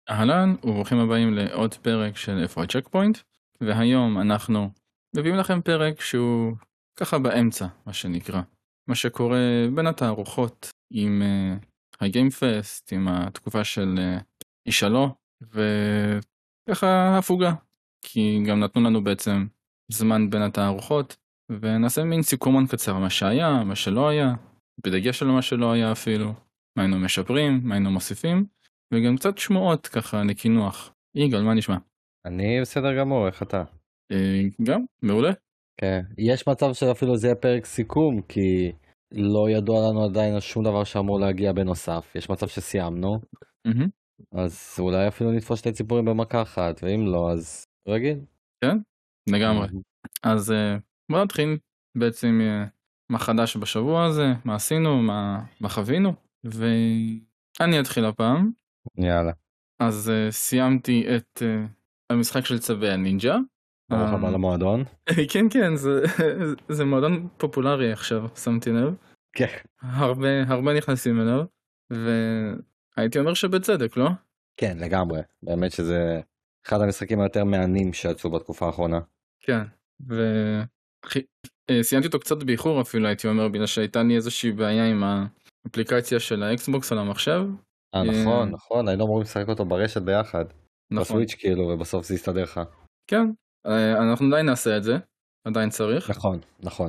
אהלן וברוכים הבאים לעוד פרק של איפה הצ'ק פוינט, והיום אנחנו מביאים לכם פרק שהוא ככה באמצע, מה שנקרא, מה שקורה בין התערוכות עם הגיימפסט, עם התקופה של אישלו, וככה הפוגה, כי גם נתנו לנו בעצם זמן בין התערוכות, ונעשה מין סיכומון קצר, מה שהיה, מה שלא היה, בדגש על מה שלא היה אפילו, מה היינו משפרים, מה היינו מוסיפים, וגם קצת שמועות ככה לקינוח. יגאל, מה נשמע? אני בסדר גמור, איך אתה? גם, מעולה. כן, יש מצב שאפילו זה יהיה פרק סיכום, כי לא ידוע לנו עדיין על שום דבר שאמור להגיע בנוסף. יש מצב שסיימנו, אז אולי אפילו נתפוס שתי ציפורים במכה אחת, ואם לא, אז רגיל. כן, לגמרי. אז בוא נתחיל בעצם מה חדש בשבוע הזה, מה עשינו, מה חווינו, ואני אתחיל הפעם. יאללה. אז סיימתי את המשחק של צווי הנינג'ה. ברוך הבא למועדון. כן, כן, זה מועדון פופולרי עכשיו, שמתי לב. כן. הרבה נכנסים אליו, והייתי אומר שבצדק, לא? כן, לגמרי. באמת שזה אחד המשחקים היותר מעניינים שיצאו בתקופה האחרונה. כן, וסיימתי אותו קצת באיחור אפילו, הייתי אומר, בגלל שהייתה לי איזושהי בעיה עם האפליקציה של האקסבוקס על המחשב. נכון, היינו אמורים לשחק אותו ברשת ביחד. בסוויץ' כאילו, ובסוף זה יסתדר לך. כן, אנחנו עדיין נעשה את זה, עדיין צריך. נכון.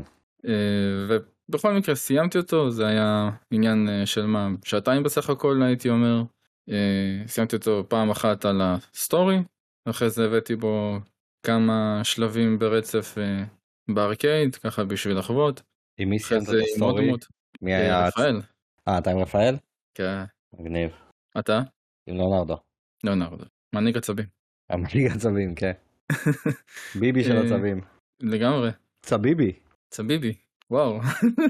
ובכל מקרה סיימתי אותו, זה היה עניין של מה, שעתיים בסך הכל הייתי אומר. סיימתי אותו פעם אחת על הסטורי, אחרי זה הבאתי בו כמה שלבים ברצף בארקייד, ככה בשביל לחוות. עם מי סיימת את הסטורי? מי היה? רפאל. אתה עם רפאל? כן. מגניב. אתה? עם ליאונרדו. מנהיג עצבים. המנהיג עצבים, כן. ביבי של עצבים. לגמרי. צביבי. וואו.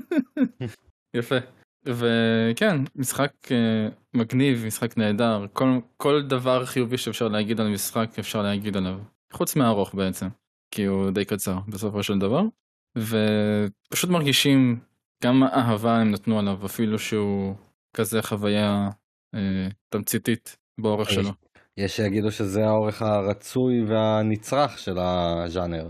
יפה. וכן, משחק מגניב, משחק נהדר. כל דבר חיובי שאפשר להגיד על משחק אפשר להגיד עליו. חוץ מהארוך בעצם, כי הוא די קצר בסופו של דבר. ופשוט מרגישים כמה אהבה הם נתנו עליו, אפילו שהוא כזה חוויה תמציתית באורך שלו. יש שיגידו שזה האורך הרצוי והנצרך של הז'אנר.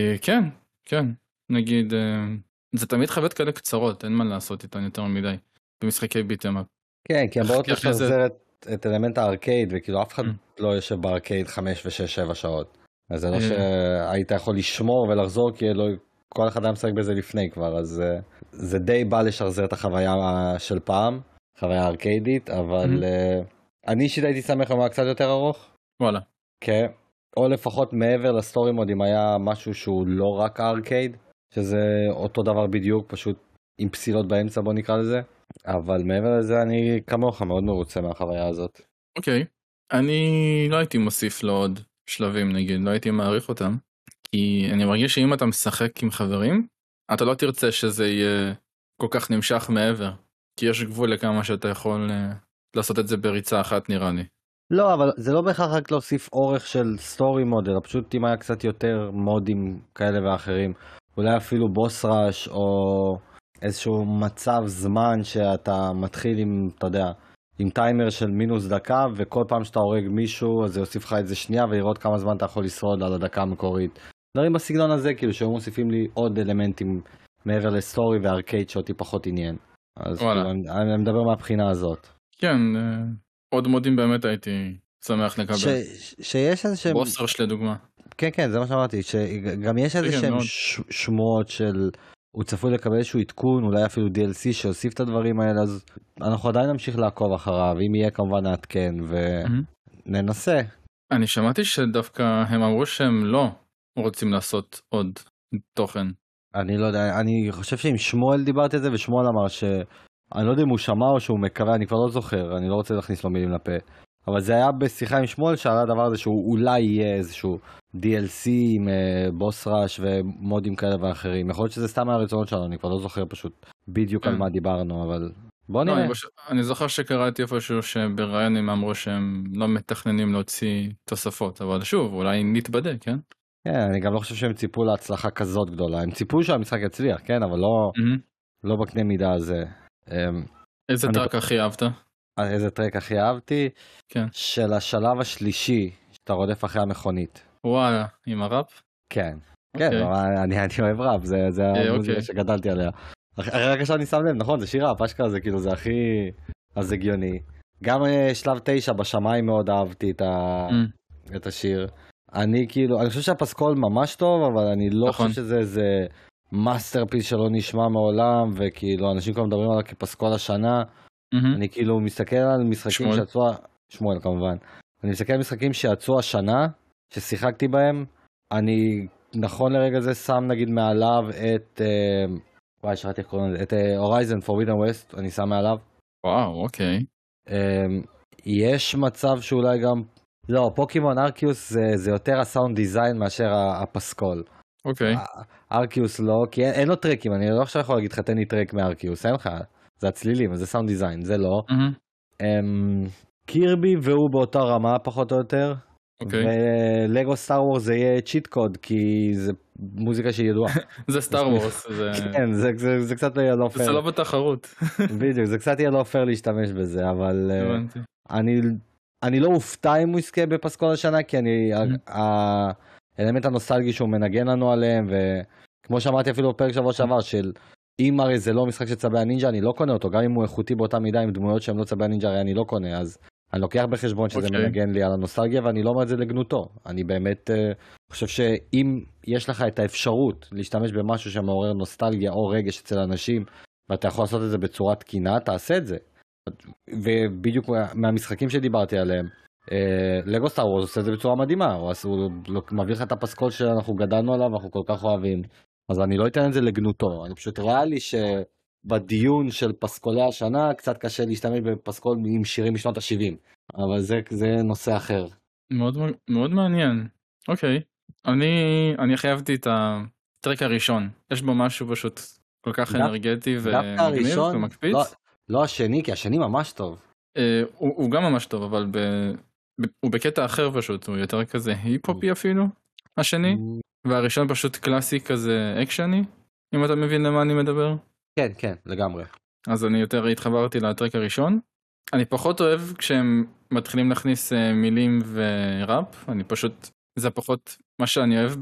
כן. נגיד, זה תמיד חוות כאלה קצרות, אין מה לעשות איתן יותר מדי במשחקי ביטם אפ. כן, כי הבאות לשחזר את אלמנט הארקייד, וכאילו אף אחד לא יושב בארקייד 5 ו-6-7 שעות. אז זה לא שהיית יכול לשמור ולחזור, כי כל אחד היה משחק בזה לפני כבר, אז זה די בא לשחזר את החוויה של פעם, חוויה ארקיידית, אבל אני אישית הייתי שמח אם היה קצת יותר ארוך. וואלה. כן, או לפחות מעבר לסטורי מוד, אם היה משהו שהוא לא רק ארקייד, שזה אותו דבר בדיוק, פשוט עם פסילות באמצע, בוא נקרא לזה. אבל מעבר לזה, אני כמוך מאוד מרוצה מהחוויה הזאת. אוקיי. אני לא הייתי מוסיף לו עוד שלבים, נגיד, לא הייתי מעריך אותם. כי אני מרגיש שאם אתה משחק עם חברים, אתה לא תרצה שזה יהיה כל כך נמשך מעבר. כי יש גבול לכמה שאתה יכול לעשות את זה בריצה אחת, נראה לי. לא, אבל זה לא בהכרח רק להוסיף אורך של סטורי מוד, אלא פשוט אם היה קצת יותר מודים כאלה ואחרים. אולי אפילו בוס ראש, או איזשהו מצב זמן שאתה מתחיל עם, אתה יודע, עם טיימר של מינוס דקה, וכל פעם שאתה הורג מישהו, אז זה יוסיף לך את זה שנייה, ולראות כמה זמן אתה יכול לשרוד על הדקה המקורית. דברים בסגנון הזה, כאילו, שהיו מוסיפים לי עוד אלמנטים מעבר לסטורי וארקייד שאותי פחות עניין. אז כאילו, אני מדבר מהבחינה הזאת. כן, עוד מודים באמת הייתי שמח לקבל. שיש איזה שהם... בוס ראש לדוגמה. כן, זה מה שאמרתי, שגם יש איזה שהם שמועות של... הוא צפוי לקבל איזשהו עדכון, אולי אפילו DLC שהוסיף את הדברים האלה, אז אנחנו עדיין נמשיך לעקוב אחריו, אם יהיה כמובן נעדכן וננסה. אני שמעתי שדווקא הם אמרו שהם לא רוצים לעשות עוד תוכן. אני לא יודע, אני חושב שעם שמואל דיברתי את זה, ושמואל אמר אני לא יודע אם הוא שמע או שהוא מקווה, אני כבר לא זוכר, אני לא רוצה להכניס לו מילים לפה. אבל זה היה בשיחה עם שמואל שעלה הדבר הזה שהוא אולי יהיה איזשהו DLC עם בוס ראש ומודים כאלה ואחרים. יכול להיות שזה סתם מהרצונות שלנו, אני כבר לא זוכר פשוט בדיוק על מה דיברנו, אבל בוא נראה. אני זוכר שקראתי איפשהו שברעיונים אמרו שהם לא מתכננים להוציא תוספות, אבל שוב, אולי נתבדה, כן? כן, אני גם לא חושב שהם ציפו להצלחה כזאת גדולה. הם ציפו שהמשחק יצליח, כן, אבל לא בקנה מידה הזה. איזה טרק הכי אהבת? איזה טרק הכי אהבתי? כן. של השלב השלישי, שאתה רודף אחרי המכונית. וואלה, עם הראפ? כן. אוקיי. כן, אני אוהב ראפ, זה המוזיקה שגדלתי עליה. רק עכשיו אני שם לב, נכון, זה שיר ראפ, אשכרה זה כאילו, זה הכי אז הגיוני. גם שלב 9 בשמיים מאוד אהבתי את השיר. אני חושב שהפסקול ממש טוב, אבל אני לא חושב שזה איזה מאסטרפיס שלא נשמע מעולם, וכאילו אנשים כבר מדברים עליו כפסקול השנה. אני כאילו מסתכל על משחקים שיצאו, שמואל כמובן, אני מסתכל על משחקים שיצאו השנה, ששיחקתי בהם, אני נכון לרגע זה שם נגיד מעליו את, שכחתי איך קוראים לזה, את הורייזן פורבידן ווסט, אני שם מעליו. וואו, אוקיי. יש מצב שאולי גם, לא, פוקימון ארקיוס זה יותר הסאונד דיזיין מאשר הפסקול. אוקיי. ארקיוס לא, כי אין לו טרקים, אני לא עכשיו יכול להגיד לך תן לי טרק מארקיוס, אין לך, זה הצלילים, זה סאונד דיזיין, זה לא. קירבי והוא באותה רמה פחות או יותר. ולגו סטאר וורס זה יהיה צ'יט קוד, כי זה מוזיקה שהיא ידועה. זה סטאר וורס. כן, זה קצת יהיה לא פייר. זה לא בתחרות. בדיוק, זה קצת יהיה לא פייר להשתמש בזה, אבל אני לא אופתע אם הוא יזכה בפסקול השנה, כי האלמנט הנוסטלגי שהוא מנגן לנו עליהם, וכמו שאמרתי אפילו בפרק שבוע שעבר, של אם הרי זה לא משחק של צבי הנינג'ה, אני לא קונה אותו, גם אם הוא איכותי באותה מידה עם דמויות שהם לא צבי הנינג'ה, הרי אני לא קונה, אז אני לוקח בחשבון שזה מנגן לי על הנוסטלגיה, ואני לא אומר את זה לגנותו. אני באמת חושב שאם יש לך את האפשרות להשתמש במשהו שמעורר נוסטלגיה או רגש אצל אנשים, ואתה יכול לעשות את זה בצורה תקינה, תעשה את זה. ובדיוק מהמשחקים שדיברתי עליהם, לגו סטאר וורס עושה את זה בצורה מדהימה, הוא מביא לך את הפסקול שאנחנו גדלנו עליו, ואנחנו כל כך אוהבים. אז אני לא אתן את זה לגנותו, אני פשוט ריאלי שבדיון של פסקולי השנה קצת קשה להשתמש בפסקול עם שירים משנות ה-70, אבל זה נושא אחר. מאוד, מאוד מעניין. אוקיי, אני חייבתי את הטרק הראשון, יש בו משהו פשוט כל כך אנרגטי ומגניב ומקפיץ. לא השני, כי השני ממש טוב. הוא גם ממש טוב, אבל הוא בקטע אחר פשוט, הוא יותר כזה היפ-הופי אפילו, השני. והראשון פשוט קלאסי כזה אקשני, אם אתה מבין למה אני מדבר. כן, כן, לגמרי. אז אני יותר התחברתי לטרק הראשון. אני פחות אוהב כשהם מתחילים להכניס מילים וראפ, אני פשוט, זה פחות מה שאני אוהב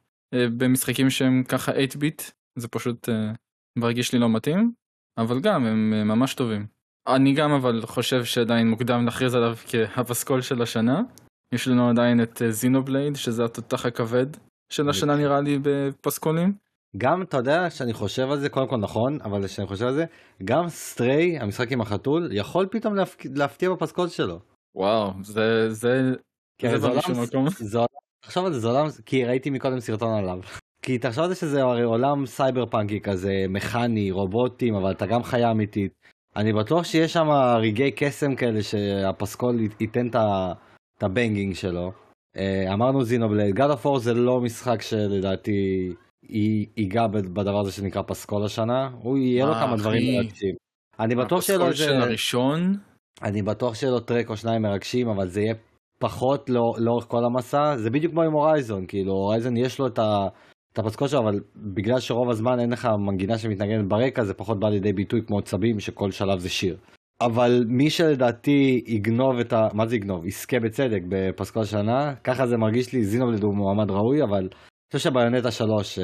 במשחקים שהם ככה 8-ביט, זה פשוט מרגיש לי לא מתאים, אבל גם הם ממש טובים. אני גם אבל חושב שעדיין מוקדם להכריז עליו כהפסקול של השנה. יש לנו עדיין את זינובלייד, שזה התותח הכבד של השנה נראה לי בפסקולים. גם, אתה יודע, שאני חושב על זה, קודם כל נכון, אבל שאני חושב על זה, גם סטריי, המשחק עם החתול, יכול פתאום להפתיע בפסקול שלו. וואו, זה בראשון מקום. תחשוב על זה, זה עולם, כי ראיתי מקודם סרטון עליו. כי תחשוב על זה שזה הרי עולם סייבר פאנקי כזה, מכני, רובוטים, אבל אתה גם חיה אמיתית. אני בטוח שיש שם ריגי קסם כאלה שהפסקול ייתן את הבנגינג שלו. אמרנו זינובלייד, God of War זה לא משחק שלדעתי ייגע בדבר הזה שנקרא פסקול השנה, הוא יהיה לו כמה דברים מרגשים. אני בטוח שלו של הראשון, אני בטוח שלו טרק או שניים מרגשים, אבל זה יהיה פחות לאורך כל המסע. זה בדיוק כמו עם הורייזון, כאילו הורייזון יש לו את הפסקול שלו, אבל בגלל שרוב הזמן אין לך מנגינה שמתנגנת ברקע, זה פחות בא לידי ביטוי כמו צבים שכל שלב זה שיר. אבל מי שלדעתי יגנוב מה זה יגנוב? יזכה בצדק בפסקול השנה, ככה זה מרגיש לי. זינובלייד הוא מועמד ראוי, אבל אני חושב שביונטה 3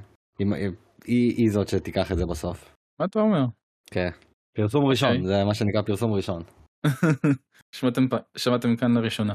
היא זאת שתיקח את זה בסוף. מה אתה אומר? כן, פרסום ראשון, זה מה שנקרא פרסום ראשון. שמעתם כאן לראשונה.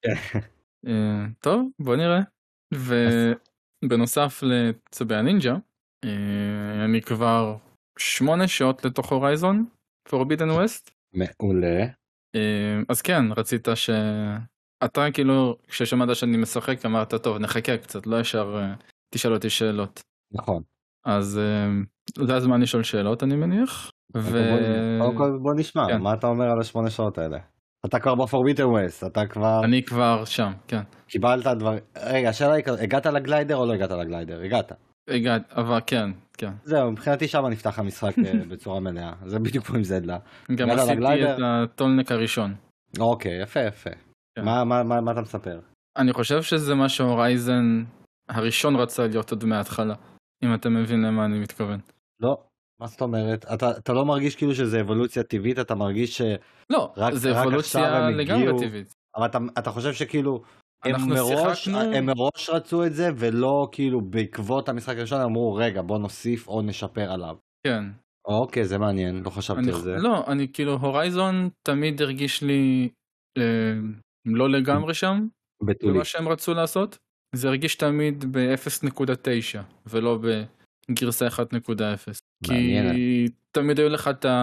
טוב, בוא נראה. ובנוסף לצבי הנינג'ה, אני כבר 8 שעות לתוך הורייזון, Forbidden West. מעולה. אז כן, רצית אתה כאילו, כששמעת שאני משחק, אמרת, טוב, נחכה קצת, לא ישר תשאל אותי שאלות. נכון. אז זה הזמן לשאול שאלות, אני מניח. בוא נשמע, מה אתה אומר על 8 שעות האלה? אתה כבר ב-Forbidden West, אתה כבר... אני כבר שם, כן. קיבלת דבר... רגע, השאלה היא, הגעת לגליידר או לא הגעת לגליידר? הגעת. אבל כן, כן. זהו, מבחינתי שם נפתח המשחק בצורה מלאה, זה בדיוק כמו עם זדלה. גם עשיתי את הטולנק הראשון. אוקיי, יפה, יפה. מה אתה מספר? אני חושב שזה מה שהורייזן הראשון רצה להיות עוד מההתחלה, אם אתם מבינים למה אני מתכוון. לא. מה זאת אומרת? אתה לא מרגיש כאילו שזה אבולוציה טבעית, אתה מרגיש שרק לא, זה עכשיו אבולוציה הם לגמרי הגיעו, טבעית. אבל אתה חושב שכאילו אנחנו שיחקנו, הם מראש רצו את זה, ולא כאילו בעקבות המשחק הראשון אמרו, רגע, בוא נוסיף או נשפר עליו. כן. אוקיי, זה מעניין, לא חשבתי על זה. לא, אני כאילו, הורייזון תמיד הרגיש לי לא לגמרי שם, בתולי. במה שהם רצו לעשות. זה הרגיש תמיד ב-0.9 ולא בגרסה 1.0. כי תמיד היו לך את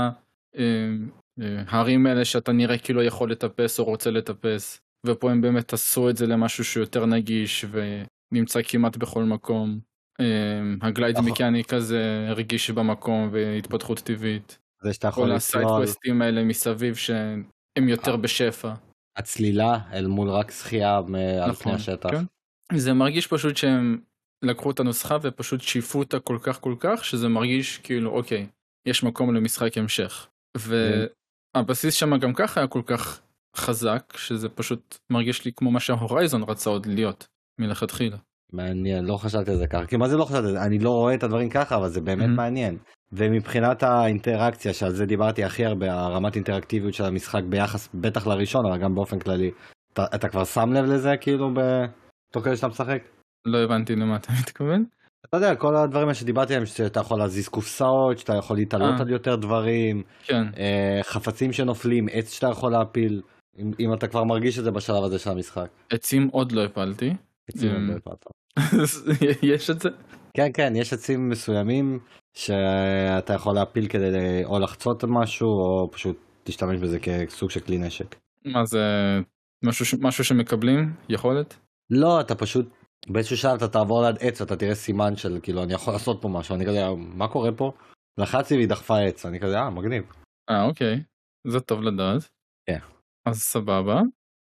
ההרים האלה שאתה נראה כאילו יכול לטפס או רוצה לטפס, ופה הם באמת עשו את זה למשהו שיותר נגיש ונמצא כמעט בכל מקום. הגלייד מקאניק הזה הרגיש במקום והתפתחות טבעית. זה שאתה יכול כל הסיידקווסטים האלה מסביב שהם יותר בשפע. הצלילה אל מול רק שחייה על פני השטח. כן. זה מרגיש פשוט שהם לקחו את הנוסחה ופשוט שיפו אותה כל כך שזה מרגיש כאילו אוקיי, יש מקום למשחק המשך. והבסיס שם גם ככה היה כל כך חזק, שזה פשוט מרגיש לי כמו מה שההורייזון רצה עוד להיות מלכתחילה. מעניין, לא חשבתי על זה ככה. כי מה זה לא חשבתי על זה? אני לא רואה את הדברים ככה, אבל זה באמת מעניין. ומבחינת האינטראקציה, שעל זה דיברתי הכי הרבה, הרמת אינטראקטיביות של המשחק ביחס בטח לראשון, אבל גם באופן כללי. אתה כבר שם לב לזה כאילו תוך כדי שאתה משחק? לא הבנתי למה אתה מתכוון. אתה יודע, כל הדברים שדיברתי עליהם, שאתה יכול להזיז קופסאות, שאתה יכול להתעלות על יותר דברים, כן. חפצים שנופלים, עץ שאתה יכול להפיל, אם אתה כבר מרגיש את זה בשלב הזה של המשחק. עצים עוד לא הפלתי. עצים עוד לא הפלת. יש את זה? כן, כן, יש עצים מסוימים שאתה יכול להפיל כדי או לחצות משהו, או פשוט תשתמש בזה כסוג של כלי נשק. מה זה, משהו שמקבלים? יכולת? לא, אתה פשוט, באיזשהו שלב אתה תעבור ליד עץ, אתה תראה סימן של כאילו, אני יכול לעשות פה משהו, אני כזה, מה קורה פה? לחצתי והיא דחפה עץ, אני כזה, מגניב. אוקיי, זה טוב לדעת. כן. אז סבבה.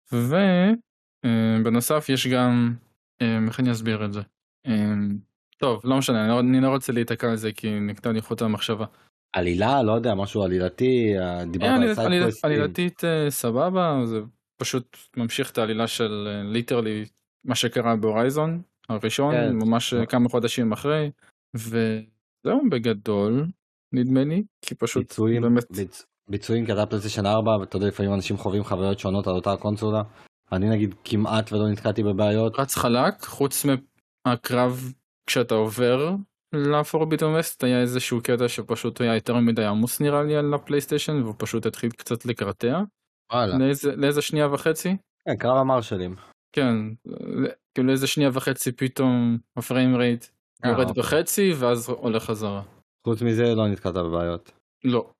ובנוסף יש גם, איך אני אסביר את זה? טוב, לא משנה, אני לא רוצה להתעקע על זה כי נקטע לי חוט המחשבה. עלילה, לא יודע, משהו עלילתי, דיברת על סיידקווסטים. עלילתית סבבה, זה פשוט ממשיך את העלילה של ליטרלי מה שקרה בהורייזון הראשון, ממש כמה חודשים אחרי, וזהו בגדול, נדמה לי, כי פשוט ביצועים כדאי פלייסטיישן 4, ואתה יודע, לפעמים אנשים חווים חוויות שונות על אותה הקונסולה, אני נגיד כמעט ולא נתקעתי בבעיות. רץ חלק, חוץ מהקרב כשאתה עובר ל-Forbidden West, היה איזשהו קטע שפשוט היה יותר מדי עמוס נראה לי על הפלייסטיישן, והוא פשוט התחיל קצת לקרטע. לאיזה שנייה וחצי? כן, קרב המרשלים. כן, כאילו איזה שנייה וחצי פתאום הפריים רייט יורד בחצי ואז הולך חזרה. חוץ מזה לא נתקעת בבעיות. לא.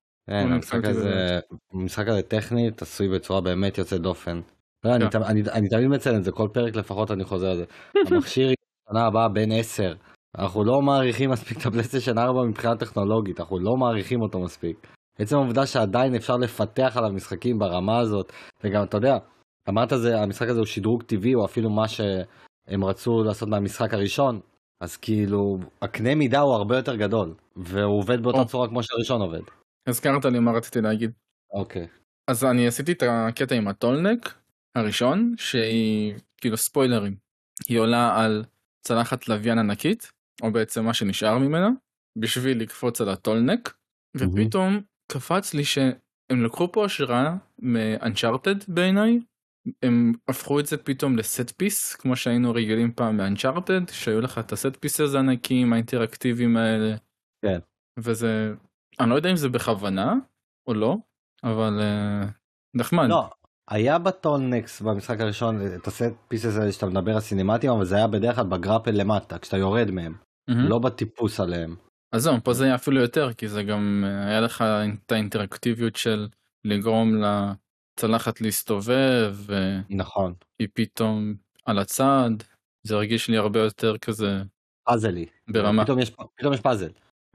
המשחק הזה טכנית עשוי בצורה באמת יוצאת דופן. אני תמיד מציין את זה, כל פרק לפחות אני חוזר על זה. המכשיר שנה הבאה בין 10. אנחנו לא מעריכים מספיק את הפלייסטיישן 4 מבחינה טכנולוגית, אנחנו לא מעריכים אותו מספיק. עצם העובדה שעדיין אפשר לפתח עליו משחקים ברמה הזאת, וגם אתה יודע, אמרת זה, המשחק הזה הוא שדרוג טבעי, או אפילו מה שהם רצו לעשות מהמשחק הראשון, אז כאילו, הקנה מידה הוא הרבה יותר גדול, והוא עובד באותה צורה כמו שהראשון עובד. הזכרת לי מה רציתי להגיד. אוקיי. אז אני עשיתי את הקטע עם הטולנק הראשון, שהיא כאילו ספוילרים. היא עולה על צלחת לוויין ענקית, או בעצם מה שנשאר ממנה, בשביל לקפוץ על הטולנק, ופתאום קפץ לי שהם לקחו פה השראה מ-Uncharted בעיניי, הם הפכו את זה פתאום לסט פיס, כמו שהיינו רגילים פעם מ-Uncharted, שהיו לך את הסט פיסס הענקים, האינטראקטיביים האלה. כן. וזה, אני לא יודע אם זה בכוונה או לא, אבל נחמד. לא, היה בטולנקס במשחק הראשון, את הסט פיסס האלה שאתה מדבר על סינמטיים, אבל זה היה בדרך כלל בגרפל למטה, כשאתה יורד מהם, לא בטיפוס עליהם. אז זהו, פה זה היה אפילו יותר, כי זה גם היה לך את האינטראקטיביות של לגרום לצלחת להסתובב, נכון. היא פתאום על הצד, זה הרגיש לי הרבה יותר כזה פאזלי. ברמה. פתאום יש פאזל.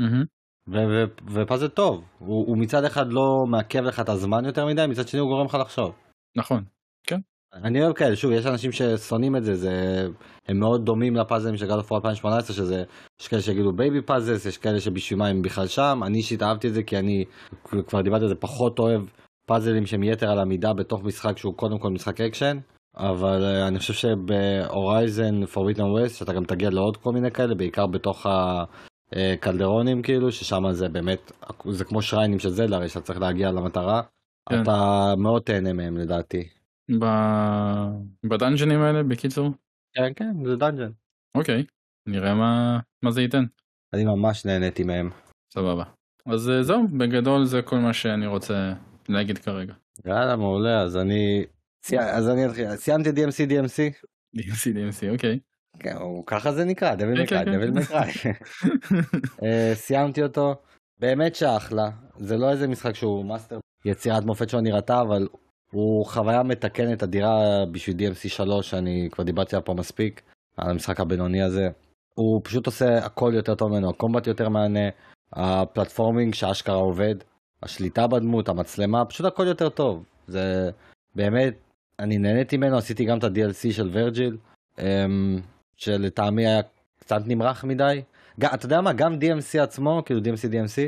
ופאזל טוב, הוא מצד אחד לא מעכב לך את הזמן יותר מדי, מצד שני הוא גורם לך לחשוב. נכון, כן. אני אוהב כאלה, שוב, יש אנשים ששונאים את זה, הם מאוד דומים לפאזלים של God of War 2018, יש כאלה שיגידו בייבי פאזלס, יש כאלה שבשביל מה הם בכלל שם, אני אישית אהבתי את זה כי אני כבר דיברתי על זה, פחות אוהב פאזלים שהם יתר על המידה בתוך משחק שהוא קודם כל משחק אקשן, אבל אני חושב שבהורייזן Forbidden West, שאתה גם תגיע לעוד כל מיני כאלה, בעיקר בתוך קלדרונים כאילו, ששם זה באמת, זה כמו שריינים של זלדה, הרי שאתה צריך להגיע למטרה, כן. אתה מאוד תהנה מהם לדעתי. בדנג'נים האלה בקיצור? כן, כן, זה דנג'ן. אוקיי, נראה מה זה ייתן. אני ממש נהניתי מהם. סבבה. אז זהו, בגדול זה כל מה שאני רוצה להגיד כרגע. יאללה, מעולה, אז אני אתחיל. סיימתי DMC. DMC, אוקיי. כן, ככה זה נקרא, דביל מקראי. סיימתי אותו, באמת שאחלה, זה לא איזה משחק שהוא מאסטר יצירת מופת שלא נראתה, אבל הוא חוויה מתקנת אדירה בשביל DMC 3, אני כבר דיברתי עליו פה מספיק, על המשחק הבינוני הזה. הוא פשוט עושה הכל יותר טוב ממנו, הקומבט יותר מענה, הפלטפורמינג שאשכרה עובד, השליטה בדמות, המצלמה, פשוט הכל יותר טוב. זה באמת, אני נהניתי ממנו, עשיתי גם את ה-DLC של ורג'יל, שלטעמי היה קצת נמרח מדי. אתה יודע מה, גם DMC עצמו, כאילו DMC,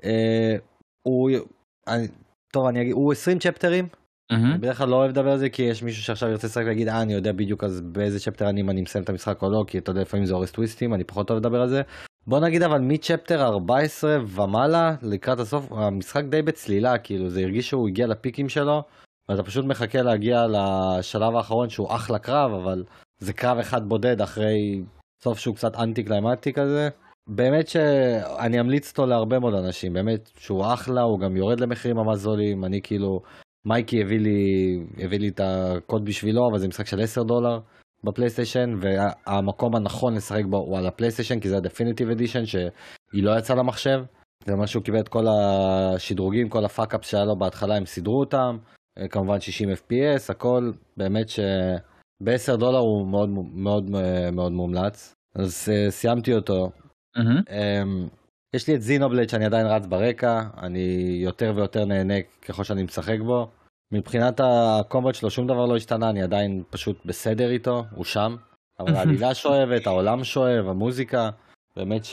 אני אגיד, הוא 20 צ'פטרים, אני בדרך כלל לא אוהב לדבר על זה, כי יש מישהו שעכשיו ירצה לשחק להגיד, אני יודע בדיוק אז באיזה צ'פטר אני מסיים את המשחק או לא, כי אתה יודע, לפעמים זה הורס טוויסטים, אני פחות אוהב לדבר על זה. בוא נגיד אבל מצ'פטר 14 ומעלה, לקראת הסוף, המשחק די בצלילה, כאילו זה הרגיש שהוא הגיע לפיקים שלו, ואתה פשוט מחכה להגיע לשלב האחרון שהוא אחלה קרב, אבל זה קרב אחד בודד אחרי סוף שהוא קצת אנטי קליימטי כזה. באמת שאני אמליץ אותו להרבה מאוד אנשים, באמת שהוא אחלה, הוא גם יורד למחירים ממש זולים, אני כאילו, מייקי הביא לי את הקוד בשבילו, אבל זה משחק של $10 בפלייסטיישן, והמקום הנכון לשחק בו הוא על הפלייסטיישן, כי זה ה-Definitive Edition שהיא לא יצאה למחשב, זה מה שהוא קיבל את כל השדרוגים, כל הפאק-אפ שהיה לו בהתחלה, הם סידרו אותם, כמובן 60 FPS, הכל באמת שב$10 הוא מאוד מאוד מאוד מומלץ, אז סיימתי אותו. יש לי את זינובלייד שאני עדיין רץ ברקע, אני יותר ויותר נהנה ככל שאני משחק בו. מבחינת הקומבט שלו שום דבר לא השתנה, אני עדיין פשוט בסדר איתו, הוא שם. אבל העלילה שואבת, העולם שואב, המוזיקה, באמת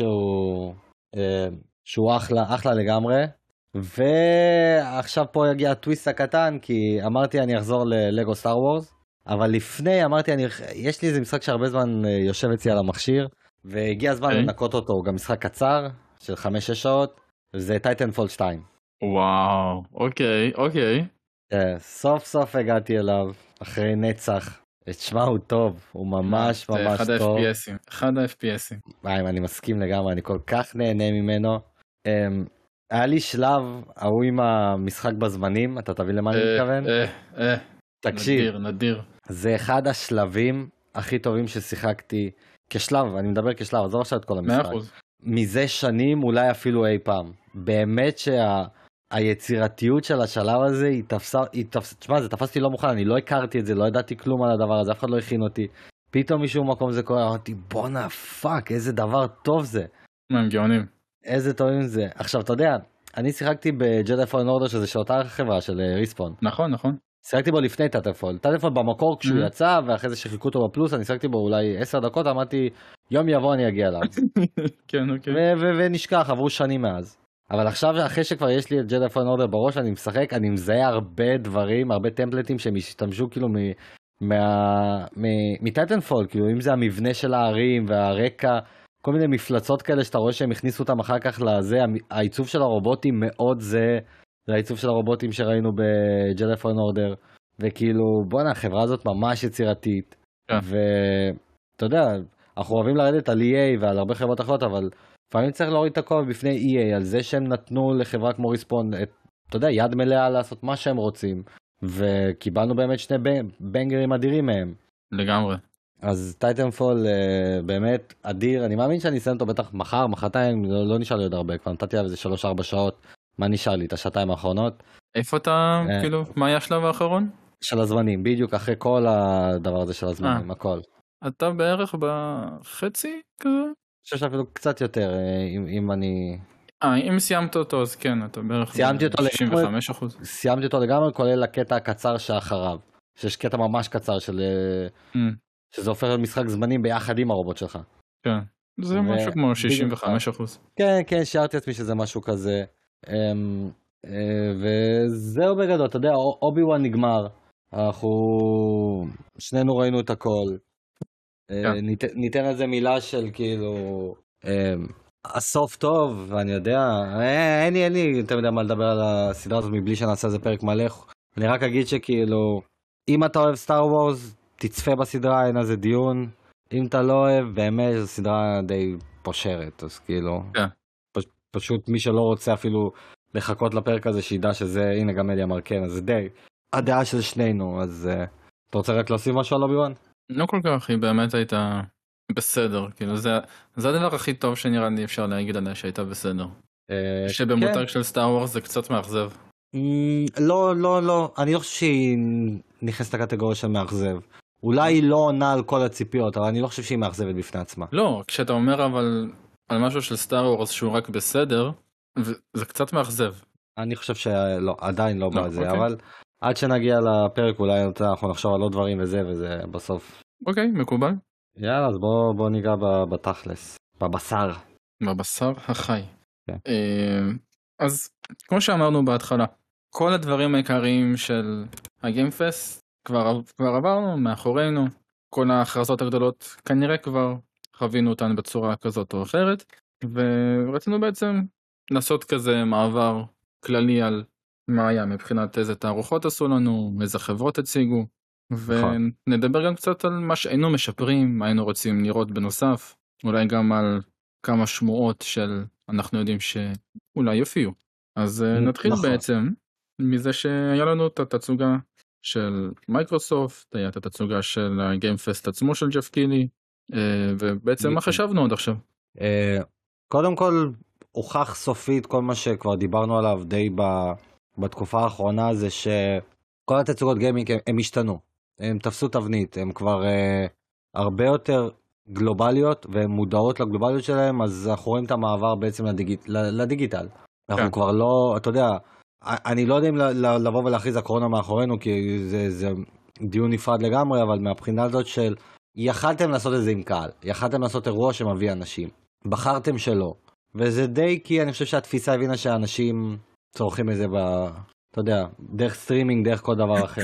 שהוא אחלה לגמרי. ועכשיו פה יגיע הטוויסט הקטן, כי אמרתי אני אחזור ללגו סטאר וורס, אבל לפני אמרתי יש לי איזה משחק שהרבה זמן יושב אצלי על המכשיר, והגיע הזמן לנקות אותו, הוא גם משחק קצר של 5-6 שעות, וזה טייטנפול 2. וואו, אוקיי. סוף סוף הגעתי אליו, אחרי נצח. תשמע, הוא טוב, הוא ממש טוב. אחד ה-FPSים. אני מסכים לגמרי, אני כל כך נהנה ממנו. היה לי שלב, ההוא עם המשחק בזמנים, אתה תבין למה אני מתכוון? תקשיב, נדיר. זה אחד השלבים הכי טובים ששיחקתי, כשלב, אני מדבר כשלב, עזוב עכשיו את כל המשחק. 100%. מזה שנים, אולי אפילו אי פעם. באמת היצירתיות של השלב הזה, תשמע, זה תפסתי לא מוכן, אני לא הכרתי את זה, לא ידעתי כלום על הדבר הזה, אף אחד לא הכין אותי. פתאום משום מקום זה קורה, אמרתי, בונה פאק, איזה דבר טוב זה. הם גאונים. איזה טובים זה. עכשיו, אתה יודע, אני שיחקתי בג'די פולן אורדר, שזה של אותה חברה של ריספון. נכון. שיחקתי בו לפני טייטנפול. טייטנפול במקור כשהוא יצא, ואחרי זה שחיכו אותו בפלוס, אני שיחקתי בו אולי 10 דקות, אמרתי, יום יבוא אני אגיע אליו. כן, אוקיי. ונשכח, עברו שנים מאז. אבל עכשיו, אחרי שכבר יש לי את ג'די פולן אורדר בראש, אני משחק, אני מזהה הרבה דברים, הרבה טמפלטים שהם השתמשו כאילו מטייטנפול, כאילו אם זה המבנה של הערים והרקע, כל מיני מפלצות כאלה שאתה רואה שהם הכניסו אותם אחר כך לזה, העיצוב של הרובוטים מאוד זה העיצוב של הרובוטים שראינו בג'די פולן אורדר, וכאילו בואנה, החברה הזאת ממש יצירתית, ואתה יודע, אנחנו אוהבים לרדת על EA ועל הרבה חברות אחרות, אבל לפעמים צריך להוריד את הכובע בפני EA על זה שהם נתנו לחברה כמו ריספון, אתה יודע, יד מלאה לעשות מה שהם רוצים, וקיבלנו באמת שני בנגרים אדירים מהם. לגמרי. אז טייטנפול באמת אדיר, אני מאמין שאני אסיים אותו בטח מחר, מחרתיים, לא נשאר לי עוד הרבה, כבר נתתי עליו איזה 3-4 שעות, מה נשאר לי? את השעתיים האחרונות. איפה אתה, כאילו, מה היה השלב האחרון? של הזמנים, בדיוק אחרי כל הדבר הזה של הזמנים, הכל. אתה בערך בחצי כזה? אני חושב שאפילו קצת יותר, אם אני... אם סיימת אותו, אז כן, אתה בערך... סיימתי אותו לגמרי. 65%. סיימתי אותו לגמרי, כולל הקטע הקצר שאחריו. שיש קטע ממש קצר של... שזה הופך למשחק זמנים ביחד עם הרובוט שלך. כן, זה משהו כמו 65%. כן, שיירתי עצמי שזה משהו כזה. וזהו בגדול, אתה יודע, אובי-וואן נגמר. אנחנו... שנינו ראינו את הכל. ניתן לזה מילה של כאילו... הסוף טוב, ואני יודע, אין לי יותר מדי מה לדבר על הסדרה הזאת מבלי שנעשה איזה פרק מלא. אני רק אגיד שכאילו, אם אתה אוהב סטאר וורס, תצפה בסדרה, אין על זה דיון. אם אתה לא אוהב, באמת זו סדרה די פושרת, אז כאילו, כן. פשוט מי שלא רוצה אפילו לחכות לפרק הזה, שידע שזה, הנה גם אליה מרקן, אז זה די הדעה של שנינו, אז אתה רוצה רק להוסיף משהו על אובי-וואן? לא כל כך, היא באמת הייתה בסדר, כאילו זה הדבר הכי טוב שנראה לי אפשר להגיד עליה שהייתה בסדר. שבמותג של סטאר וורס זה קצת מאכזב. לא, אני לא חושב שהיא נכנסת לקטגוריה של מאכזב. אולי היא לא עונה על כל הציפיות, אבל אני לא חושב שהיא מאכזבת בפני עצמה. לא, כשאתה אומר אבל על משהו של סטאר וורס שהוא רק בסדר, זה קצת מאכזב. אני חושב שלא, עדיין לא בזה, אוקיי. אבל עד שנגיע לפרק אולי אנחנו נחשוב על עוד דברים וזה בסוף. אוקיי, מקובל. יאללה, אז בוא ניגע בתכלס, בבשר. בבשר החי. כן. אז כמו שאמרנו בהתחלה, כל הדברים העיקריים של הגיימפסט כבר עברנו, מאחורינו. כל ההכרזות הגדולות כנראה כבר חווינו אותן בצורה כזאת או אחרת, ורצינו בעצם לעשות כזה מעבר כללי על מה היה מבחינת איזה תערוכות עשו לנו, איזה חברות הציגו, ונדבר גם קצת על מה שהיינו משפרים, מה היינו רוצים לראות בנוסף, אולי גם על כמה שמועות של אנחנו יודעים שאולי יופיעו. אז נתחיל בעצם מזה שהיה לנו את התצוגה של מייקרוסופט, היה את התצוגה של הגיימפסט עצמו של ג'ף קילי, ובעצם מה חשבנו עד עכשיו? קודם כל, הוכח סופית כל מה שכבר דיברנו עליו די בתקופה האחרונה, זה שכל התצוגות גיימינג הם השתנו, הם תפסו תבנית, הם כבר הרבה יותר גלובליות והן מודעות לגלובליות שלהם, אז אנחנו רואים את המעבר בעצם לדיגיטל. אנחנו כבר לא, אתה יודע, אני לא יודע אם לבוא ולהכריז הקורונה מאחורינו, כי זה דיון נפרד לגמרי, אבל מהבחינה הזאת של, יכלתם לעשות את זה עם קהל, יכלתם לעשות אירוע שמביא אנשים, בחרתם שלא, וזה די כי אני חושב שהתפיסה הבינה שאנשים צורכים את זה אתה יודע, דרך סטרימינג, דרך כל דבר אחר.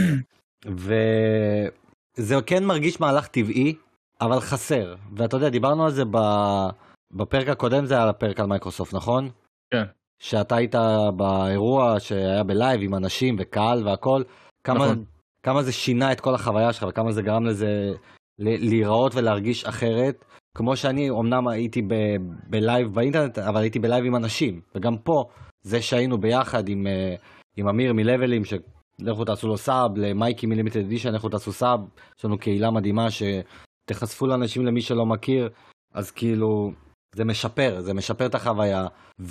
וזה כן מרגיש מהלך טבעי, אבל חסר. ואתה יודע, דיברנו על זה בפרק הקודם, זה היה הפרק על מייקרוסופט, נכון? כן. שאתה היית באירוע שהיה בלייב עם אנשים וקהל והכל, כמה זה שינה את כל החוויה שלך, וכמה זה גרם לזה להיראות ולהרגיש אחרת. כמו שאני אומנם הייתי בלייב באינטרנט, אבל הייתי בלייב עם אנשים. וגם פה, זה שהיינו ביחד עם אמיר מלבלים, לכו תעשו לו סאב, למייקי מלימיטד אדישן, לכו תעשו סאב, יש לנו קהילה מדהימה שתחשפו לאנשים למי שלא מכיר, אז כאילו זה משפר את החוויה,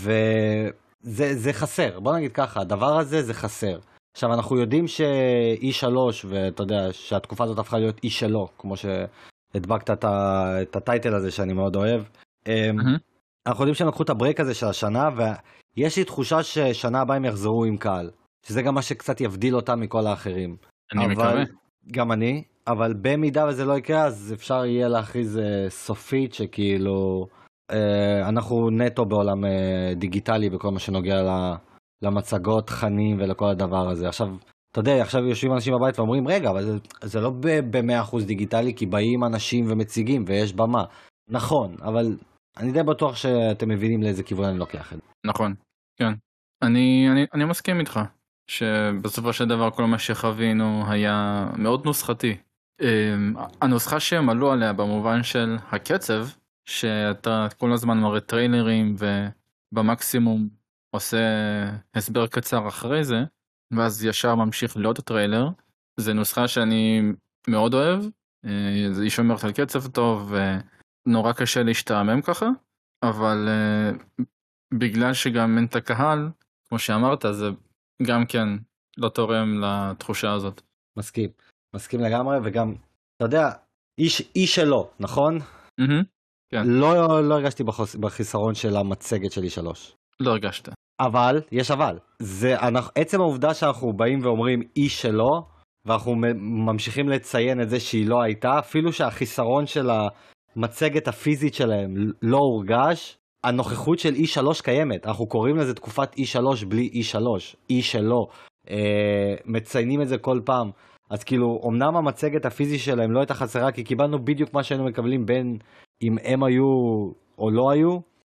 וזה חסר, בוא נגיד ככה, הדבר הזה זה חסר. עכשיו אנחנו יודעים ש-E3, ואתה יודע שהתקופה הזאת הפכה להיות E שלו, כמו שהדבקת את הטייטל הזה שאני מאוד אוהב, אנחנו יודעים שהם לקחו את הברייק הזה של השנה, ויש לי תחושה ששנה הבאה הם יחזרו עם קהל. שזה גם מה שקצת יבדיל אותם מכל האחרים. אני מקווה. גם אני, אבל במידה וזה לא יקרה, אז אפשר יהיה להכריז סופית שכאילו אנחנו נטו בעולם דיגיטלי בכל מה שנוגע למצגות, תכנים ולכל הדבר הזה. עכשיו, אתה יודע, עכשיו יושבים אנשים בבית ואומרים, רגע, אבל זה לא ב-100% דיגיטלי, כי באים אנשים ומציגים ויש במה. נכון, אבל אני די בטוח שאתם מבינים לאיזה כיוון אני לוקח את זה. נכון, כן. אני מסכים איתך. שבסופו של דבר כל מה שחווינו היה מאוד נוסחתי. הנוסחה שהם עלו עליה במובן של הקצב, שאתה כל הזמן מראה טריילרים ובמקסימום עושה הסבר קצר אחרי זה, ואז ישר ממשיך לעוד הטריילר, זה נוסחה שאני מאוד אוהב, היא שומרת על קצב טוב ונורא קשה להשתעמם ככה, אבל בגלל שגם אין את הקהל, כמו שאמרת, זה גם כן לא תורם לתחושה הזאת. מסכים לגמרי, וגם, אתה יודע, איש שלו, נכון? כן. לא הרגשתי בחיסרון של המצגת של E3. לא הרגשת. אבל, יש אבל. עצם העובדה שאנחנו באים ואומרים איש שלו, ואנחנו ממשיכים לציין את זה שהיא לא הייתה, אפילו שהחיסרון של המצגת הפיזית שלהם לא הורגש, הנוכחות של E3 קיימת, אנחנו קוראים לזה תקופת E3 בלי E3, E שלו, מציינים את זה כל פעם, אז כאילו, אמנם המצגת הפיזית שלהם לא הייתה חסרה, כי קיבלנו בדיוק מה שהיינו מקבלים בין אם הם היו או לא היו,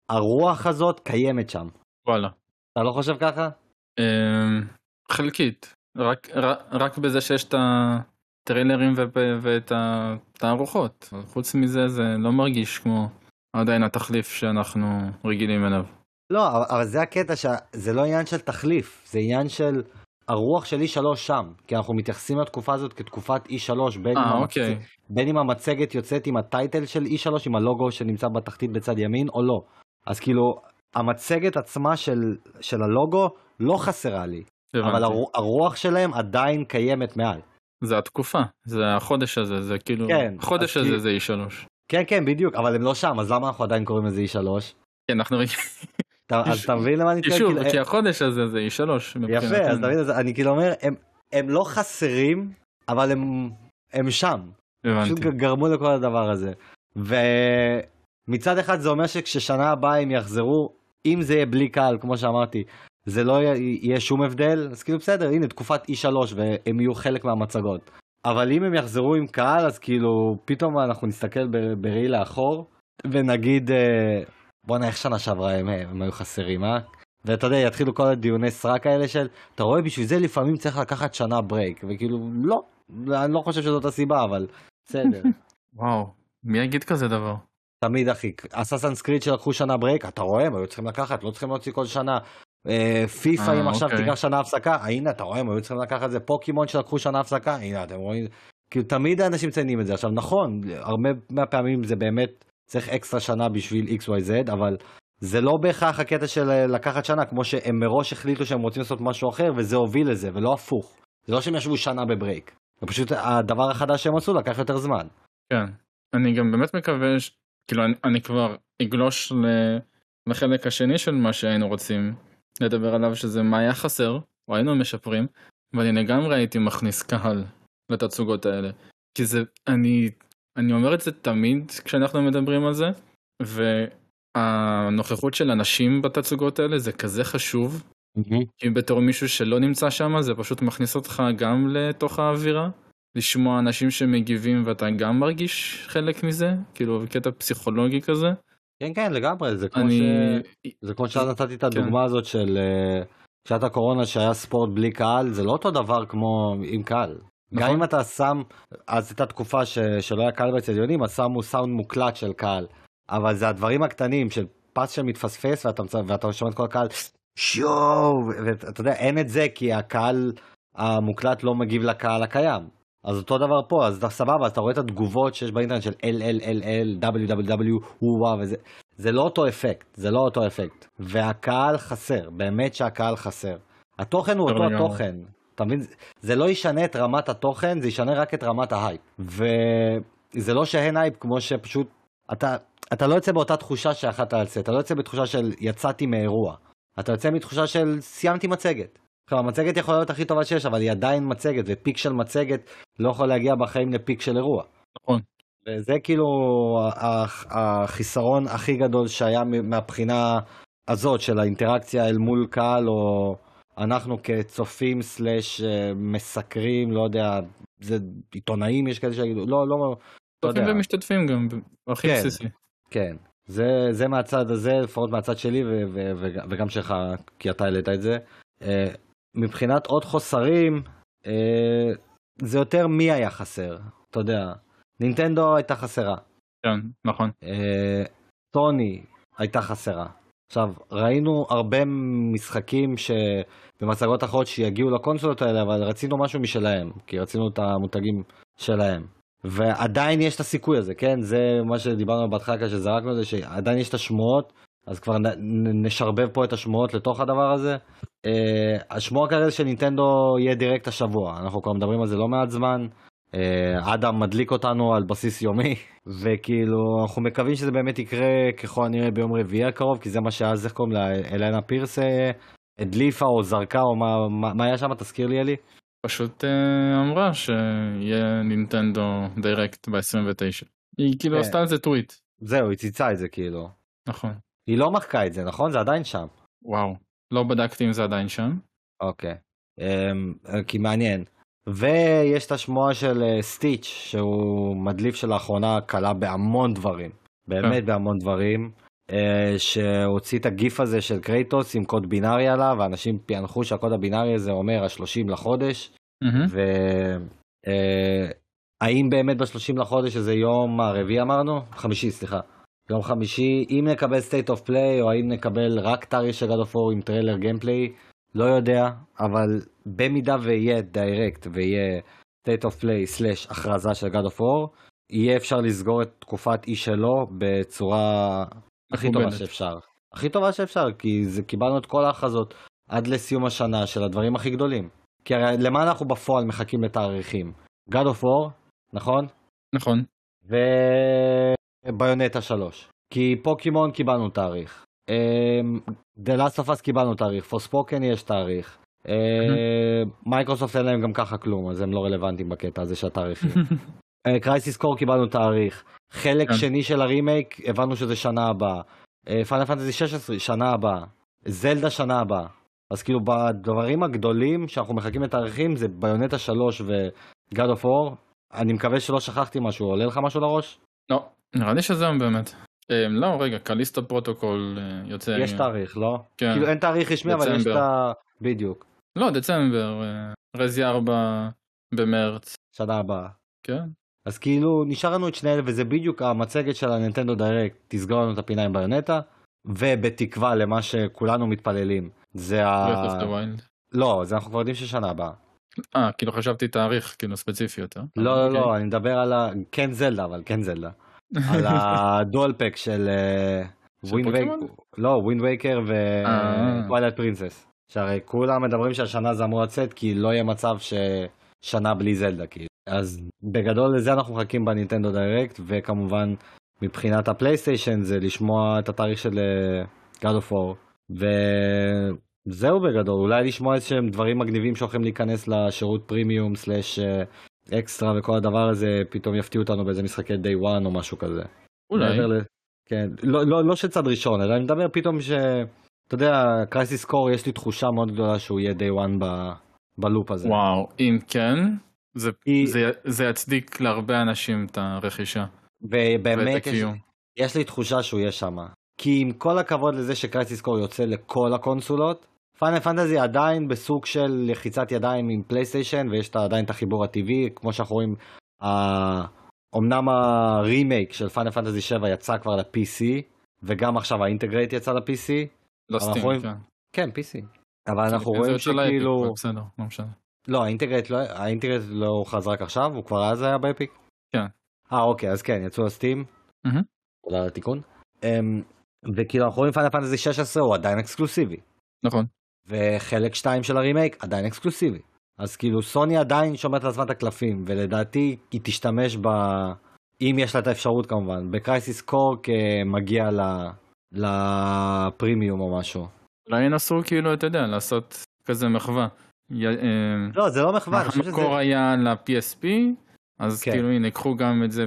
הרוח הזאת קיימת שם. וואלה. אתה לא חושב ככה? חלקית. רק בזה שיש את הטריילרים ואת התערוכות. חוץ מזה זה לא מרגיש כמו עדיין התחליף שאנחנו רגילים אליו. לא, אבל זה הקטע שזה לא עניין של תחליף, זה עניין של הרוח של E3 שם, כי אנחנו מתייחסים לתקופה הזאת כתקופת E3, בין אם המצגת יוצאת עם הטייטל של E3, עם הלוגו שנמצא בתחתית בצד ימין או לא. אז כאילו, המצגת עצמה של הלוגו לא חסרה לי, אבל הרוח שלהם עדיין קיימת מעל. זה התקופה, זה החודש הזה, זה כאילו, החודש הזה זה E3. כן, כן, בדיוק, אבל הם לא שם, אז למה אנחנו עדיין קוראים לזה E3? כן, אנחנו אז אתה מבין למה אני מתכוון? שוב, כי החודש הזה זה E3. יפה, אז אתה מבין, אני כאילו אומר, הם לא חסרים, אבל הם שם. פשוט גרמו לכל הדבר הזה. ומצד אחד זה אומר שכששנה הבאה הם יחזרו, אם זה יהיה בלי קהל, כמו שאמרתי, זה לא יהיה שום הבדל, אז כאילו בסדר, הנה תקופת E3 והם יהיו חלק מהמצגות. אבל אם הם יחזרו עם קהל, אז כאילו פתאום אנחנו נסתכל בראי לאחור, ונגיד, בוא'נה, איך שנה שעברה הם היו חסרים, ואתה יודע, יתחילו כל הדיוני סרק האלה של, אתה רואה, בשביל זה לפעמים צריך לקחת שנה ברייק, וכאילו, לא, אני לא חושב שזאת הסיבה, אבל בסדר. וואו, מי יגיד כזה דבר? תמיד, אחי, אסאסינס קריד שלקחו שנה ברייק, אתה רואה, הם היו צריכים לקחת, לא צריכים להוציא כל שנה. פיפה, אם עכשיו תיקח שנה הפסקה, הנה, אתה רואה, הם היו צריכים לקחת זה. פוקימון שלקחו שנה הפסקה, הנה, אתם רואים, כאילו, תמיד האנשים ציינים את זה. עכשיו, נכון, הרבה מהפעמים זה באמת צריך אקסטרה שנה בשביל XYZ, אבל זה לא בהכרח הקטע של לקחת שנה, כמו שהם מראש החליטו שהם רוצים לעשות משהו אחר, וזה הוביל לזה, ולא הפוך. זה לא שהם ישבו שנה בברייק. זה פשוט הדבר החדש שהם עשו לקח יותר זמן. כן, אני גם באמת מקווה, כאילו, אני כבר אגלוש לחלק השני של מה שהיינו רוצים לדבר עליו, שזה מה היה חסר, או היינו משפרים, ואני לגמרי הייתי מכניס קהל לתצוגות האלה. כי זה, אני אומר את זה תמיד כשאנחנו מדברים על זה, והנוכחות של אנשים בתצוגות האלה זה כזה חשוב, כי בתור מישהו שלא נמצא שם, זה פשוט מכניס אותך גם לתוך האווירה, לשמוע אנשים שמגיבים ואתה גם מרגיש חלק מזה, כאילו בקטע פסיכולוגי כזה. כן, כן, לגמרי, זה כמו שנתתי את הדוגמה הזאת של שעת הקורונה שהיה ספורט בלי קהל, זה לא אותו דבר כמו עם קהל. גם אם אתה שם, אז הייתה תקופה שלא היה קהל באצטדיונים, אז שמו סאונד מוקלט של קהל, אבל זה הדברים הקטנים של פס שמתפספס ואתה שומע את כל הקהל, שואו, ואתה יודע, אין את זה כי הקהל המוקלט לא מגיב לקהל הקיים. אז אותו דבר פה, אז אתה סבבה, אז אתה רואה את התגובות שיש באינטרנט של LLLL, WWW, וזה, זה לא אותו אפקט, זה לא אותו אפקט. והקהל חסר, באמת שהקהל חסר. התוכן הוא אותו התוכן, אתה מבין? זה לא ישנה את רמת התוכן, זה ישנה רק את רמת ההייפ. וזה לא שאין הייפ כמו שפשוט, אתה לא יוצא באותה תחושה שאחת יצא, אתה לא יוצא בתחושה של יצאתי מאירוע. אתה יוצא מתחושה של סיימתי מצגת. המצגת יכולה להיות הכי טובה שיש, אבל היא עדיין מצגת, ופיק של מצגת לא יכול להגיע בחיים לפיק של אירוע. נכון. וזה כאילו החיסרון הכי גדול שהיה מהבחינה הזאת של האינטראקציה אל מול קהל, או אנחנו כצופים סלש מסקרים, לא יודע, זה עיתונאים יש כזה שיגידו, לא צופים ומשתתפים גם, הכי בסיסי. כן, זה מהצד הזה, לפחות מהצד שלי, וגם שלך, כי אתה העלית את זה. מבחינת עוד חוסרים, זה יותר מי היה חסר, אתה יודע, נינטנדו הייתה חסרה. כן, נכון. סוני הייתה חסרה. עכשיו, ראינו הרבה משחקים במצגות אחרות שיגיעו לקונסולות האלה, אבל רצינו משהו משלהם, כי רצינו את המותגים שלהם. ועדיין יש את הסיכוי הזה, כן? זה מה שדיברנו בהתחלה שזרקנו זה, שעדיין יש את השמועות, אז כבר נשרבב פה את השמועות לתוך הדבר הזה. השמועה כרגע של נינטנדו יהיה דירקט השבוע, אנחנו כבר מדברים על זה לא מעט זמן, אדם מדליק אותנו על בסיס יומי, וכאילו אנחנו מקווים שזה באמת יקרה ככל הנראה ביום רביעי הקרוב, כי זה מה שאז איך קוראים לה, אלנה פירס הדליפה או זרקה, או מה היה שם, תזכיר לי אלי? פשוט אמרה שיהיה נינטנדו דירקט ב-29. היא כאילו עשתה על זה טוויט. זהו, היא ציצה את זה כאילו. נכון. היא לא מחקה את זה, נכון? זה עדיין שם. וואו, לא בדקתי אם זה עדיין שם. אוקיי, כי מעניין. ויש את השמועה של סטיץ' שהוא מדליף של האחרונה קלה בהמון דברים. באמת בהמון דברים. שהוציא את הגיף הזה של קרייטוס עם קוד בינארי עליו, ואנשים פענחו שהקוד הבינארי הזה אומר ה-30 לחודש, האם באמת ב-30 לחודש שזה יום הרביעי אמרנו? חמישי, סליחה. יום חמישי, אם נקבל State of Play, או האם נקבל רק תאריך של God of War עם טריילר גיימפליי, לא יודע, אבל במידה ויהיה דיירקט ויהיה State of Play / הכרזה של God of War, יהיה אפשר לסגור את תקופת אי שלו בצורה הכי טובה שאפשר. הכי טובה שאפשר, כי קיבלנו את כל ההכרזות עד לסיום השנה של הדברים הכי גדולים. כי הרי למה אנחנו בפועל מחכים לתאריכים? God of War, נכון? נכון. וביונטה 3. כי פוקימון קיבלנו תאריך. The Last of Us קיבלנו תאריך. Forspoken יש תאריך. מייקרוסופט אין להם גם ככה כלום, אז הם לא רלוונטיים בקטע הזה של התאריכים. קרייסיס קור קיבלנו תאריך. חלק שני של הרימייק הבנו שזה שנה הבאה. פיינל פנטזי 16 שנה הבאה. זלדה שנה הבאה. אז כאילו בדברים הגדולים שאנחנו מחכים לתאריכים זה ביונטה 3 ו-God of War. אני מקווה שלא שכחתי משהו. עולה לך משהו לראש? לא, נראה לי שזה באמת. לא, רגע, קליסטו פרוטוקול יוצא... יש תאריך, לא? כן. כאילו אין תאריך רשמי, אבל יש את ה... בדיוק. לא, דצמבר, רזי 4 במרץ. שנה הבאה. כן. אז כאילו נשאר לנו את שני אלה, וזה בדיוק המצגת של הנינטנדו דיירקט, תסגור לנו את הפינה עם ביונטה, ובתקווה למה שכולנו מתפללים. זה Breath of the Wild. לא, זה אנחנו כבר יודעים ששנה הבאה. כאילו חשבתי תאריך, כאילו ספציפי יותר. לא, לא, אני מדבר על כן זלדה, אבל כן זלדה. על הדואל פק של ווינד וייקר וטווילייט פרינסס. שהרי כולם מדברים שהשנה זה אמור לצאת, כי לא יהיה מצב ששנה בלי זלדה, כאילו. אז בגדול לזה אנחנו מחכים בנינטנדו דיירקט, וכמובן מבחינת הפלייסטיישן זה לשמוע את התאריך של God of War, וזהו בגדול, אולי לשמוע איזשהם דברים מגניבים שהולכים להיכנס לשירות פרימיום סלש אקסטרה וכל הדבר הזה, פתאום יפתיעו אותנו באיזה משחקי Day 1 או משהו כזה. אולי. כן, לא שצד ראשון, אלא אני מדבר פתאום אתה יודע, קרייסיס קור יש לי תחושה מאוד גדולה שהוא יהיה Day 1 בלופ הזה. וואו, אם כן, זה יצדיק להרבה אנשים את הרכישה. ובאמת יש לי תחושה שהוא יהיה שם. כי עם כל הכבוד לזה שקרייסיס קור יוצא לכל הקונסולות, פיינל פנטזי עדיין בסוג של לחיצת ידיים עם פלייסטיישן, ויש עדיין את החיבור הטבעי, כמו שאנחנו רואים, אמנם הרימייק של פיינל פנטזי 7 יצא כבר ל-PC, וגם עכשיו האינטגרייט יצא ל-PC. לא סטים, כן. כן, PC. אבל אנחנו רואים שכאילו... בסדר, לא משנה. לא, האינטגרייט לא חזר רק עכשיו, הוא כבר אז היה באפיק? כן. אוקיי, אז כן, יצאו לסטים. אולי לתיקון. וכאילו אנחנו רואים פיינל פנטזי 16 הוא עדיין אקסקלוסיבי. נכון. וחלק 2 של הרימייק עדיין אקסקלוסיבי. אז כאילו סוני עדיין שומרת על עצמה את הקלפים, ולדעתי היא תשתמש אם יש לה את האפשרות כמובן, בקרייסיס קור כמגיע לפרימיום או משהו. אולי ינסו כאילו, אתה יודע, לעשות כזה מחווה. לא, זה לא מחווה. המקור היה ל-PSP, אז כאילו הנה, קחו גם את זה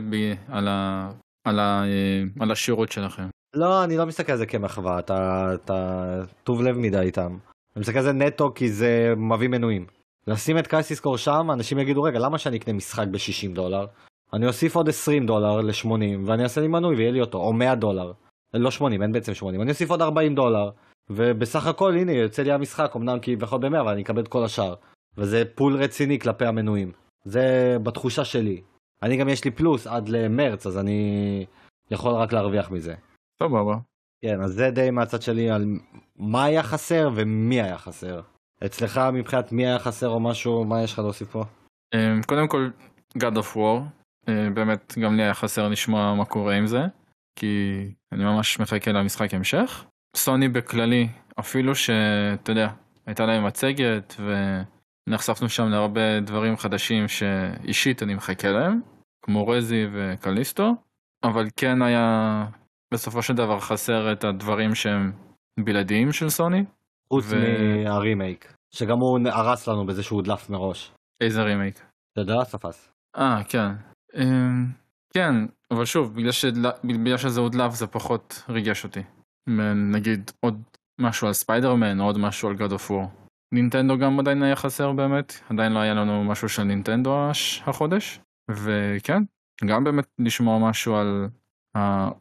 על השירות שלכם. לא, אני לא מסתכל על זה כמחווה, אתה טוב לב מדי איתם. אני מסתכל על זה נטו כי זה מביא מנויים. לשים את קרייסיס קור שם, אנשים יגידו, רגע, למה שאני אקנה משחק ב$60? אני אוסיף עוד $20 ל-80, ואני אעשה לי מנוי ויהיה לי אותו, או $100. לא 80, אין בעצם 80. אני אוסיף עוד $40, ובסך הכל, הנה, יוצא לי המשחק, אמנם כי בכל ב-100, אבל אני אקבל את כל השאר. וזה פול רציני כלפי המנויים. זה בתחושה שלי. אני גם יש לי פלוס עד למרץ, אז אני יכול רק להרוויח מזה. טוב, בבא. כן, אז זה די מהצד שלי על מה היה חסר ומי היה חסר. אצלך מבחינת מי היה חסר או משהו, מה יש לך להוסיף פה? קודם כל, God of War. באמת גם לי היה חסר לשמוע מה קורה עם זה, כי אני ממש מחכה למשחק המשך. סוני בכללי, אפילו שאתה יודע, הייתה להם מצגת ונחשפנו שם להרבה דברים חדשים שאישית אני מחכה להם, כמו רזי וקליסטו, אבל כן היה בסופו של דבר חסר את הדברים שהם בלעדיים של סוני. חוץ מהרימייק, שגם הוא הרס לנו בזה שהוא הודלף מראש. איזה רימייק? אתה יודע, ספס. כן. כן, אבל שוב, בגלל שזה הודלף זה פחות ריגש אותי. נגיד עוד משהו על ספיידרמן, או עוד משהו על God of War. נינטנדו גם עדיין היה חסר באמת, עדיין לא היה לנו משהו של נינטנדו החודש, וכן, גם באמת לשמוע משהו על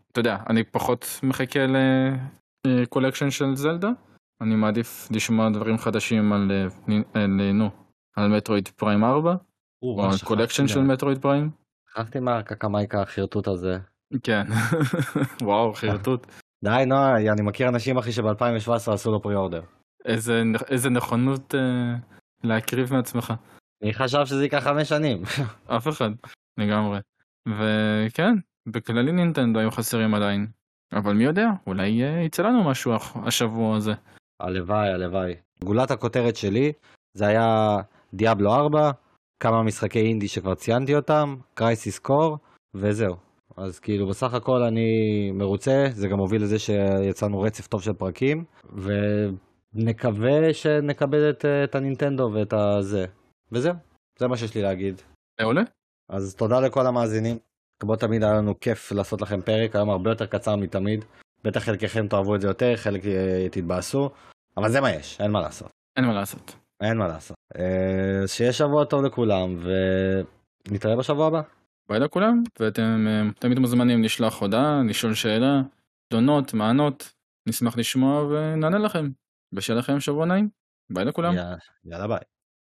אתה יודע, אני פחות מחכה לקולקשן של זלדה, אני מעדיף לשמוע דברים חדשים על מטרויד פריים 4, או על קולקשן של מטרויד פריים. שכחתי מהקקמייקה החרטוט הזה. כן, וואו, חרטוט. די, נו, אני מכיר אנשים אחי שב-2017 עשו לו פרי-אורדר. איזה נכונות להקריב מעצמך. אני חשב שזה ייקח 5 שנים. אף אחד, לגמרי. וכן, בכללי נינטנדו היו חסרים עדיין. אבל מי יודע, אולי יצא לנו משהו השבוע הזה. הלוואי. גולת הכותרת שלי, זה היה דיאבלו 4, כמה משחקי אינדי שכבר ציינתי אותם, קרייסיס קור, וזהו. אז כאילו בסך הכל אני מרוצה, זה גם הוביל לזה שיצאנו רצף טוב של פרקים, ונקווה שנקבל את הנינטנדו ואת הזה. וזהו, זה מה שיש לי להגיד. מעולה. אז תודה לכל המאזינים. כמו תמיד היה לנו כיף לעשות לכם פרק, היום הרבה יותר קצר מתמיד. בטח חלקכם תאהבו את זה יותר, חלק תתבאסו, אבל זה מה יש, אין מה לעשות. אין מה לעשות. שיהיה שבוע טוב לכולם, ונתראה בשבוע הבא. ביי לכולם, ואתם תמיד מוזמנים לשלוח הודעה, לשאול שאלה, תלונות, מענות, נשמח לשמוע ונענה לכם. ושיהיה לכם שבוע נעים. ביי לכולם. יאללה ביי.